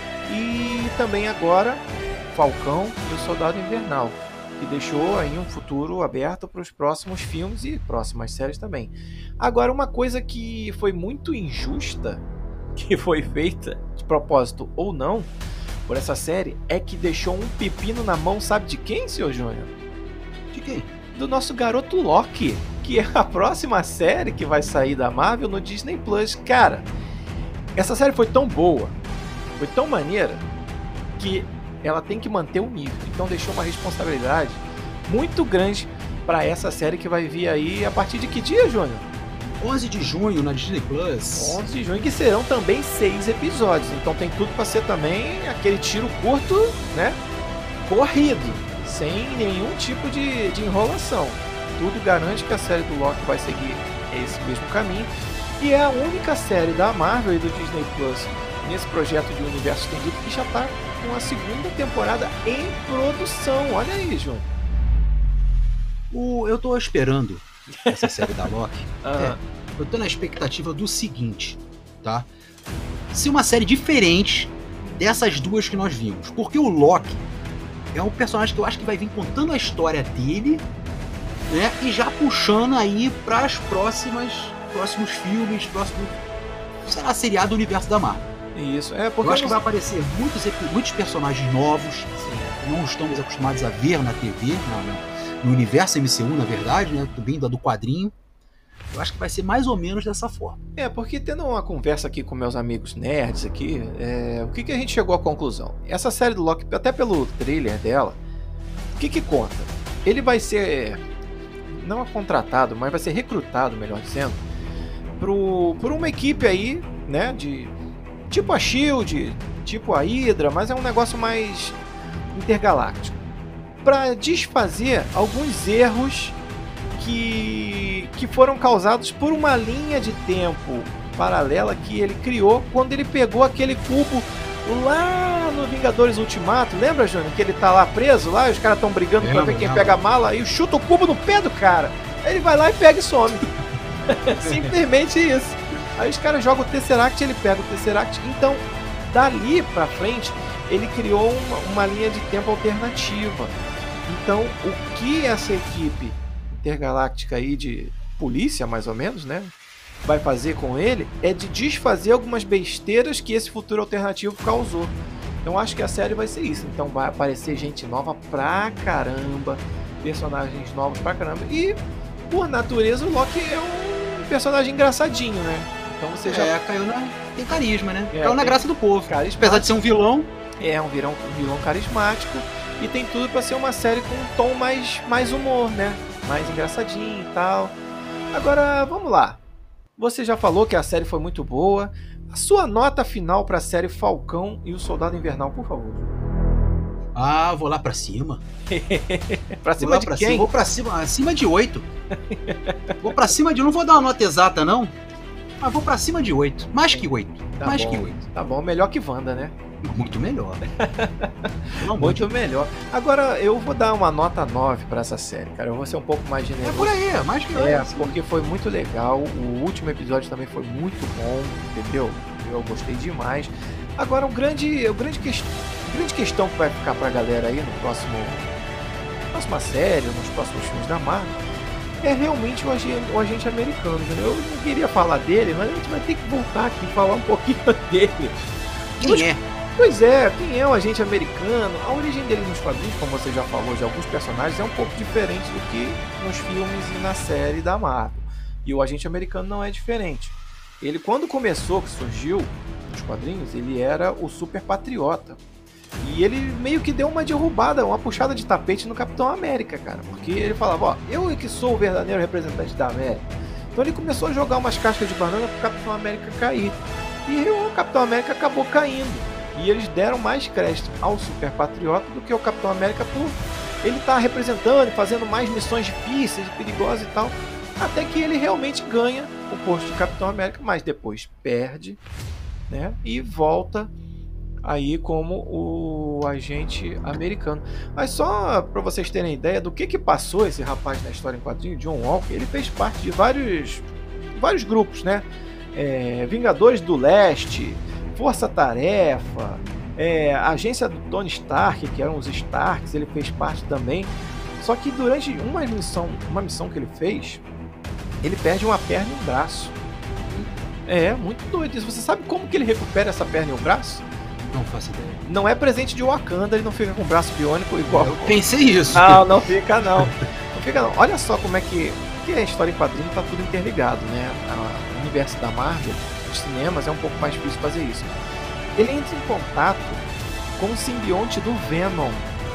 e também agora Falcão e o Soldado Invernal, que deixou aí um futuro aberto para os próximos filmes e próximas séries também. Agora, uma coisa que foi muito injusta, que foi feita de propósito ou não, por essa série, é que deixou um pepino na mão, sabe de quem, senhor Júnior? De quem? Do nosso garoto Loki, que é a próxima série que vai sair da Marvel no Disney Plus. Cara, essa série foi tão boa, foi tão maneira, que ela tem que manter o nível. Então deixou uma responsabilidade muito grande para essa série que vai vir aí a partir de que dia, Júnior? onze de junho na Disney Plus. onze de junho, que serão também seis episódios. Então tem tudo para ser também aquele tiro curto, né? Corrido, sem nenhum tipo de, de enrolação. Tudo garante que a série do Loki vai seguir esse mesmo caminho. E é a única série da Marvel e do Disney Plus nesse projeto de universo estendido que já está com a segunda temporada em produção. Olha aí, Júnior. O, eu tô esperando essa série da Loki. Ah, É, eu tô na expectativa do seguinte, tá? Se uma série diferente dessas duas que nós vimos. Porque o Loki é um personagem que eu acho que vai vir contando a história dele, né? E já puxando aí para as próximas próximos filmes, próximo, sei lá, seriado do universo da Marvel. Isso, é porque Eu acho que não- vai aparecer muitos, epi- muitos personagens novos, que não estamos acostumados a ver na T V, na- no universo M C U, na verdade, né? Vindo do quadrinho. Eu acho que vai ser mais ou menos dessa forma. É, porque tendo uma conversa aqui com meus amigos nerds aqui, é, o que, que a gente chegou à conclusão? Essa série do Loki, até pelo trailer dela, o que que conta? Ele vai ser, não contratado, mas vai ser recrutado, melhor dizendo, pro, por uma equipe aí, né, de tipo a SHIELD, tipo a Hydra, mas é um negócio mais intergaláctico, para desfazer alguns erros que, que foram causados por uma linha de tempo paralela que ele criou quando ele pegou aquele cubo lá no Vingadores Ultimato. Lembra, Júnior? Que ele tá lá preso lá e os caras estão brigando pra Lembro, ver quem lembro. pega a mala e chuta o cubo no pé do cara. Aí ele vai lá e pega e some. Simplesmente isso. Aí os caras jogam o Tesseract, ele pega o Tesseract. Então, dali pra frente, ele criou uma, uma linha de tempo alternativa. Então, o que essa equipe intergaláctica aí de polícia, mais ou menos, né, vai fazer com ele é de desfazer algumas besteiras que esse futuro alternativo causou. Então, acho que a série vai ser isso. Então, vai aparecer gente nova pra caramba, personagens novos pra caramba. E, por natureza, o Loki é um personagem engraçadinho, né? Então, você já É, caiu na, tem carisma, né? É, Caiu na tem graça do povo. carismático. Apesar de ser um vilão, É um vilão, um vilão carismático e tem tudo pra ser uma série com um tom mais, mais humor, né? Mais engraçadinho e tal. Agora, vamos lá. Você já falou que a série foi muito boa. A sua nota final pra série Falcão e o Soldado Invernal, por favor. ah, vou lá pra cima. Pra Vou cima lá de pra quem? cima, vou pra cima, acima de oito. Vou pra cima de... Não vou dar uma nota exata, não. Mas vou pra cima de oito. Mais que oito. Tá Mais bom, que oito. Tá bom, melhor que Wanda, né? Muito melhor. Pelo amor de Muito melhor. Agora, eu vou dar uma nota nove pra essa série, cara. Eu vou ser um pouco mais É generoso. por aí, é mais que É, oito. porque foi muito legal. O último episódio também foi muito bom, entendeu? Eu gostei demais. Agora, o grande, o grande, que... a grande questão que vai ficar pra galera aí no próximo, próxima série, nos próximos filmes da Marvel, é realmente o agente, o agente americano, entendeu? Eu não queria falar dele, mas a gente vai ter que voltar aqui e falar um pouquinho dele. Quem é? Pois é, quem é o agente americano? A origem dele nos quadrinhos, como você já falou, de alguns personagens, é um pouco diferente do que nos filmes e na série da Marvel. E o agente americano não é diferente. Ele, quando começou, que surgiu nos quadrinhos, ele era o super patriota. E ele meio que deu uma derrubada, uma puxada de tapete no Capitão América, cara. Porque ele falava, ó, eu é que sou o verdadeiro representante da América. Então ele começou a jogar umas cascas de banana pro Capitão América cair. E o Capitão América acabou caindo. E eles deram mais crédito ao Super Patriota do que ao Capitão América por ele estar representando e fazendo mais missões difíceis, perigosas e tal. Até que ele realmente ganha o posto de Capitão América, mas depois perde, né? E volta aí como o agente americano. Mas só para vocês terem ideia do que que passou esse rapaz na história em quadrinho, John Walker, ele fez parte de vários, vários grupos, né? É, Vingadores do Leste, Força Tarefa, é, a agência do Tony Stark, que eram os Starks, ele fez parte também. Só que durante uma missão, uma missão que ele fez, ele perde uma perna e um braço. É, muito doido isso. Você sabe como que ele recupera essa perna e o braço? Não faço ideia. Não é presente de Wakanda, ele não fica com o braço biônico igual. Eu pensei isso. Não, não fica não. Não fica não. Olha só como é que, que a história em quadrinho tá tudo interligado, né? O universo da Marvel, os cinemas, é um pouco mais difícil fazer isso. Ele entra em contato com o simbionte do Venom.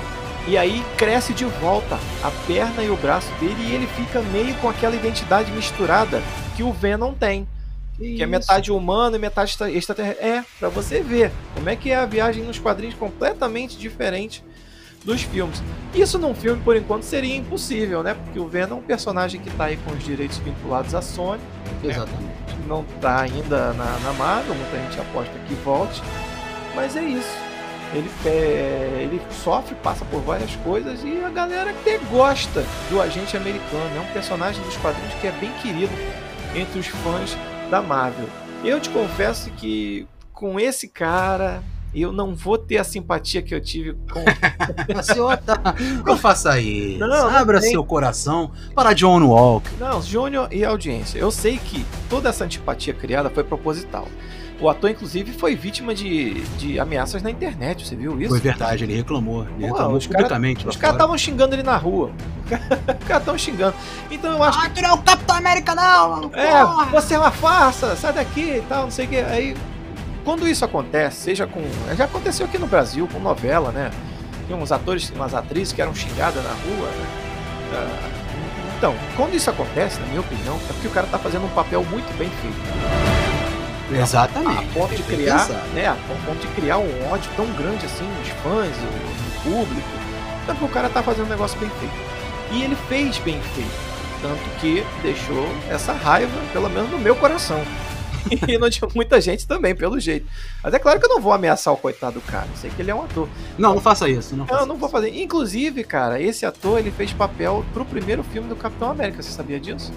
E aí cresce de volta a perna e o braço dele e ele fica meio com aquela identidade misturada que o Venom tem. Que, que é metade humano e metade extraterrestre. É, pra você ver como é que é a viagem nos quadrinhos completamente diferente dos filmes. Isso num filme, por enquanto, seria impossível, né? Porque o Venom é um personagem que tá aí com os direitos vinculados à Sony. Exatamente. Né? Não tá ainda na, na Marvel, muita gente aposta que volte. Mas é isso. Ele, é, ele sofre, passa por várias coisas e a galera que gosta do agente americano. É um personagem dos quadrinhos que é bem querido entre os fãs da Marvel. Eu te confesso que com esse cara eu não vou ter a simpatia que eu tive com... Senhor, tá... Não faça isso. Não, não Abra tem. seu coração para John Walker. Não, Júnior e audiência. Eu sei que toda essa antipatia criada foi proposital. O ator, inclusive, foi vítima de, de ameaças na internet, você viu isso? Foi verdade, ele reclamou. Ele Pô, reclamou os publicamente. Cara, os lá caras fora. estavam xingando ele na rua. Os caras estavam xingando. Então eu acho Ah, tu não é o Capitão América, não! que. É, porra! você é uma farsa, sai daqui e tal, não sei o que. Aí, quando isso acontece, seja com. Já aconteceu aqui no Brasil, com novela, né? Tem uns atores, umas atrizes que eram xingadas na rua, né? Ah, então, quando isso acontece, na minha opinião, é porque o cara tá fazendo um papel muito bem feito. Exatamente. A ponto de Bem criar, pensado. né, a ponto de criar um ódio tão grande assim nos fãs, no público. É porque o cara tá fazendo um negócio bem feito. E ele fez bem feito. Tanto que deixou essa raiva, pelo menos no meu coração. E não tinha muita gente também, pelo jeito. Mas é claro que eu não vou ameaçar o coitado do cara. Eu sei que ele é um ator. Não, não faça isso. Não, Não, faça eu não vou fazer. Inclusive, cara, esse ator ele fez papel pro primeiro filme do Capitão América. Você sabia disso?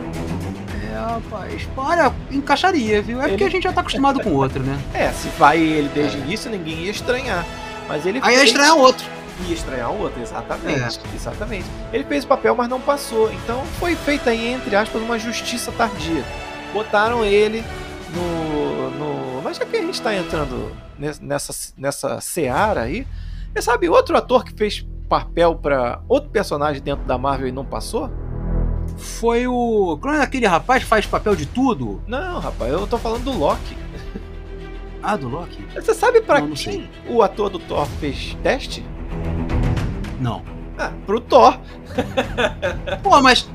É, rapaz. Olha, encaixaria, viu? É porque Ele- a gente já tá acostumado com o outro, né? É, se vai ele desde o início, ninguém ia estranhar. Mas ele Aí ia fez... estranhar outro. Ia estranhar o outro, exatamente. Exatamente. Ele fez o papel, mas não passou. Então foi feita aí, entre aspas, uma justiça tardia. Botaram ele no. no... Mas já que a gente tá entrando nes- nessa, nessa seara aí, você sabe outro ator que fez papel pra outro personagem dentro da Marvel e não passou? Foi o. Qual é aquele rapaz que faz papel de tudo? Não, rapaz, eu tô falando do Loki. Ah, do Loki? Você sabe pra Não, não quem sei. o ator do Thor fez teste? Não. Ah, pro Thor. Pô, mas...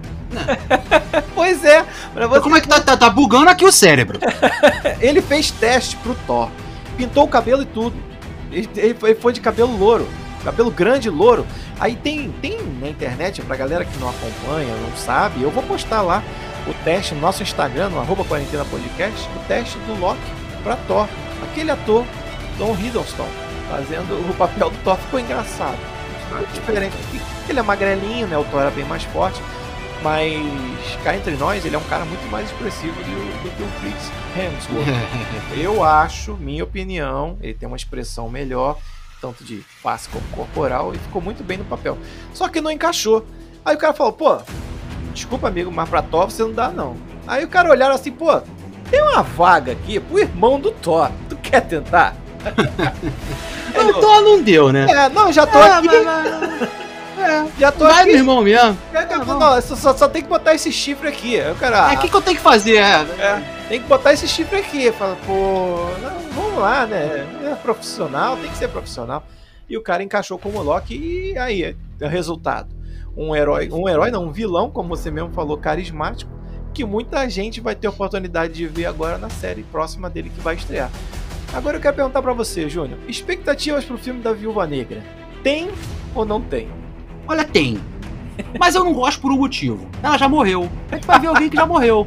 Pois é. Pra você... Como é que tá, tá, tá bugando aqui o cérebro? Ele fez teste pro Thor. Pintou o cabelo e tudo. Ele, ele foi- ele foi de cabelo louro. Cabelo grande, louro. Aí tem, tem na internet, pra galera que não acompanha, não sabe, eu vou postar lá o teste no nosso Instagram, no arroba quarentena podcast, o teste do Loki pra Thor. Aquele ator, Tom Hiddleston, fazendo o papel do Thor, ficou engraçado. Ficou diferente. Porque ele é magrelinho, né? O Thor era bem mais forte. Mas cá entre nós, ele é um cara muito mais expressivo do, do que o Chris Hemsworth. Eu acho, minha opinião, ele tem uma expressão melhor, tanto de face como corporal, e ficou muito bem no papel. Só que não encaixou. Aí o cara falou, pô, desculpa amigo, mas pra Thor você não dá não. Aí o cara olharam assim, pô, tem uma vaga aqui pro irmão do Thor, tu quer tentar? O Thor não deu, né? É, não, já tô É, aqui. mas- mas- É, Já tô vai aqui. meu irmão mesmo. É, não, não, só, só- só tem que botar esse chifre aqui. Aí o cara, É, o que, que eu tenho que fazer? É, é, tem que botar esse chifre aqui. Fala, pô, não, vamos lá, né? É profissional, tem que ser profissional. E o cara encaixou como Loki e aí é, é o resultado. Um herói, um herói não, um vilão, como você mesmo falou, carismático, que muita gente vai ter a oportunidade de ver agora na série próxima dele que vai estrear. Agora eu quero perguntar pra você, Júnior, expectativas pro filme da Viúva Negra? Tem ou não tem? olha, tem. Mas eu não gosto por um motivo. Ela já morreu. A gente vai ver alguém que já morreu.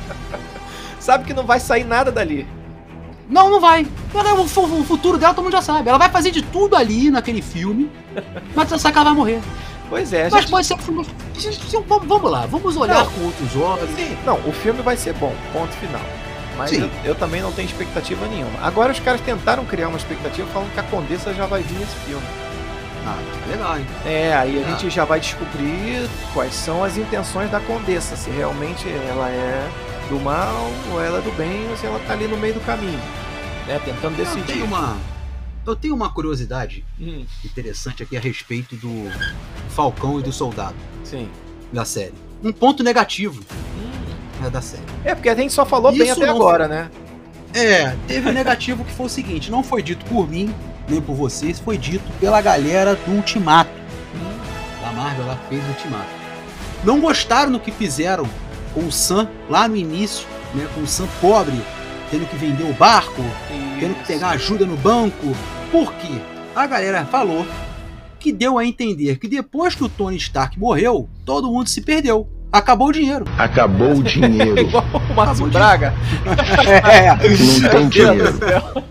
Sabe que não vai sair nada dali. Não, não vai. Ela- O fu- o futuro dela todo mundo já sabe. Ela vai fazer de tudo ali naquele filme, mas você sabe que ela vai morrer. Pois é, a Mas gente... pode ser que... Vamos, vamos lá, vamos olhar Não. com outros olhos. Sim, não, o filme vai ser bom, ponto final. Mas Sim. eu, eu também não tenho expectativa nenhuma. Agora os caras tentaram criar uma expectativa falando que a Condessa já vai vir nesse filme. Ah, legal, hein? É, aí a Ah. gente já vai descobrir quais são as intenções da Condessa, se realmente ela é do mal ou ela é do bem, ou se ela tá ali no meio do caminho, né, tentando Eu decidir. tenho uma... Eu tenho uma curiosidade Hum, interessante aqui a respeito do Falcão e do Soldado sim. da série. Um ponto negativo, Hum. né, da série. É, porque a gente só falou bem Isso até não agora, né? É, teve um negativo que foi o seguinte, não foi dito por mim, nem por vocês, foi dito pela galera do Ultimato. A Marvel, ela fez o Ultimato. Não gostaram do que fizeram com o Sam lá no início, né, com o Sam pobre, tendo que vender o barco, tendo que pegar ajuda no banco. Por quê? A galera falou que deu a entender que depois que o Tony Stark morreu, todo mundo se perdeu. Acabou o dinheiro. Acabou o dinheiro. Igual o Márcio Acabou de- Braga. É. Não tem dinheiro.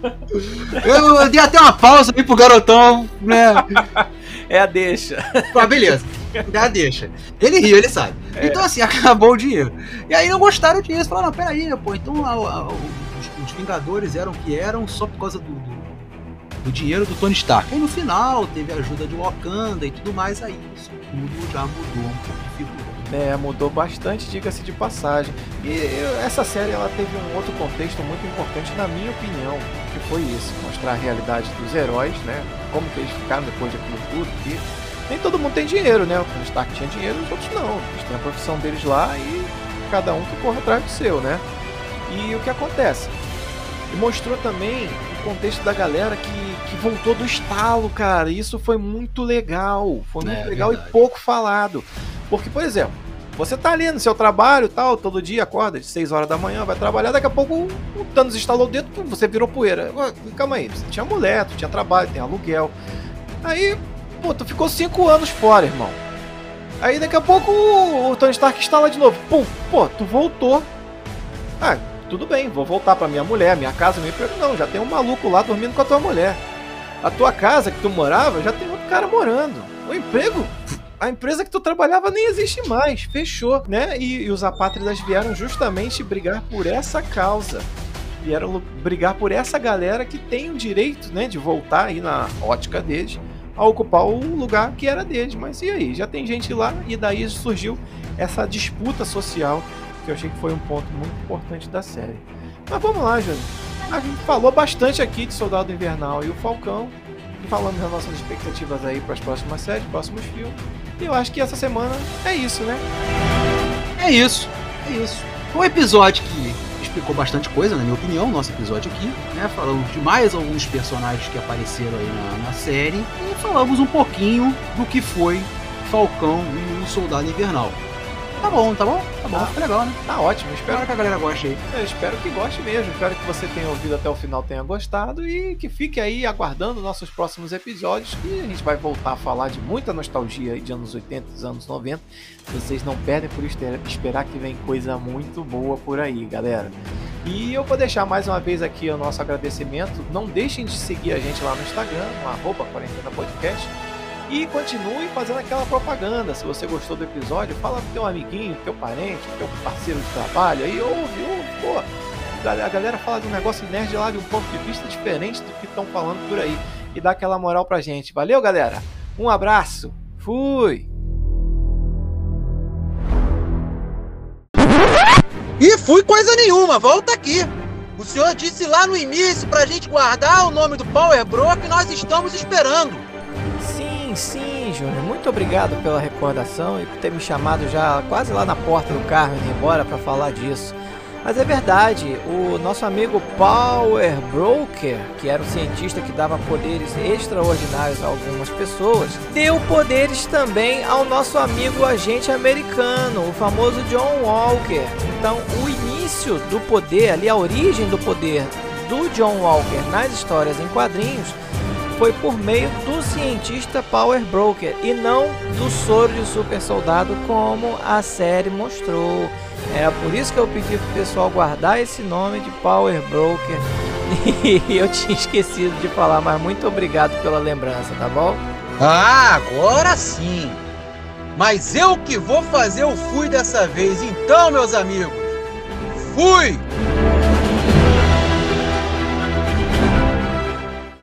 Eu, eu dei até uma pausa aí pro garotão, né? É a deixa. Ah, beleza. Já deixa. Ele riu, ele sabe. Então, assim, acabou o dinheiro. E aí não gostaram disso. Falaram, não, peraí, pô, então a- a- os, os Vingadores eram o que eram só por causa do, do, do dinheiro do Tony Stark. Aí no final teve a ajuda de Wakanda e tudo mais, aí isso tudo já mudou um pouco de figura. É, mudou bastante, diga-se de passagem. E eu- essa série ela teve um outro contexto muito importante, na minha opinião, que foi isso, mostrar a realidade dos heróis, né? Como que eles ficaram depois daquilo tudo, que nem todo mundo tem dinheiro, né? O Tony Stark tinha dinheiro, os outros não. Eles têm a profissão deles lá e cada um que corre atrás do seu, né? E o que acontece? E mostrou também o contexto da galera que, que voltou do estalo, cara. Isso foi muito legal. Foi muito É, legal verdade. e pouco falado. Porque, por exemplo, você tá ali no seu trabalho tal, todo dia acorda de seis horas da manhã, vai trabalhar, daqui a pouco o Thanos estalou o dedo, pum, você virou poeira. Ué, calma aí, você tinha mulher, tu tinha trabalho, tem aluguel. Aí, pô, tu ficou cinco anos fora, irmão. Aí daqui a pouco o, o Tony Stark instala de novo. Pum, pô, tu voltou. Ah, tudo bem, vou voltar pra minha mulher, minha casa, meu emprego. Não, já tem um maluco lá dormindo com a tua mulher. A tua casa que tu morava, já tem outro cara morando. O emprego, a empresa que tu trabalhava nem existe mais, fechou, né? E, e os apátridas vieram justamente brigar por essa causa. Vieram lu- brigar por essa galera que tem o direito, né, de voltar aí na ótica deles a ocupar o lugar que era deles. Mas e aí? Já tem gente lá e daí surgiu essa disputa social que eu achei que foi um ponto muito importante da série. Mas vamos lá, Júnior. A gente falou bastante aqui de Soldado Invernal e o Falcão. Falando das nossas expectativas aí para as próximas séries, próximos filmes. E eu acho que essa semana é isso, né? É isso, é isso. Um episódio que explicou bastante coisa, na minha opinião, nosso episódio aqui, né? Falamos de mais alguns personagens que apareceram aí na, na série e falamos um pouquinho do que foi Falcão e o Soldado Invernal. Tá bom, tá bom? Tá bom, Tá. fica legal, né? Tá ótimo, espero Espero que a galera goste aí. Eu espero que goste mesmo, espero que você tenha ouvido até o final, tenha gostado e que fique aí aguardando nossos próximos episódios, que a gente vai voltar a falar de muita nostalgia aí de anos oitenta, dos anos noventa. Vocês não perdem por este- esperar que vem coisa muito boa por aí, galera. E eu vou deixar mais uma vez aqui o nosso agradecimento. Não deixem de seguir a gente lá no Instagram, no arroba Quarentena Podcast. E continue fazendo aquela propaganda. Se você gostou do episódio, fala pro teu amiguinho, teu parente, teu parceiro de trabalho. Aí ouve, ouve, pô. A galera fala de um negócio nerd lá de um ponto de vista diferente do que estão falando por aí. E dá aquela moral pra gente. Valeu, galera. Um abraço. Fui. E fui coisa nenhuma, volta aqui. O senhor disse lá no início pra gente guardar o nome do Power Bro que nós estamos esperando. Sim, sim, Júnior. Muito obrigado pela recordação e por ter me chamado já quase lá na porta do carro indo embora para falar disso. Mas é verdade, o nosso amigo Power Broker, que era um cientista que dava poderes extraordinários a algumas pessoas, deu poderes também ao nosso amigo agente americano, o famoso John Walker. Então, o início do poder, ali a origem do poder do John Walker nas histórias em quadrinhos foi por meio do cientista Power Broker e não do soro de super soldado como a série mostrou. Era por isso que eu pedi pro pessoal guardar esse nome de Power Broker e eu tinha esquecido de falar, mas muito obrigado pela lembrança, tá bom? Ah, agora sim. Mas eu que vou fazer o fui dessa vez, então, meus amigos. Fui!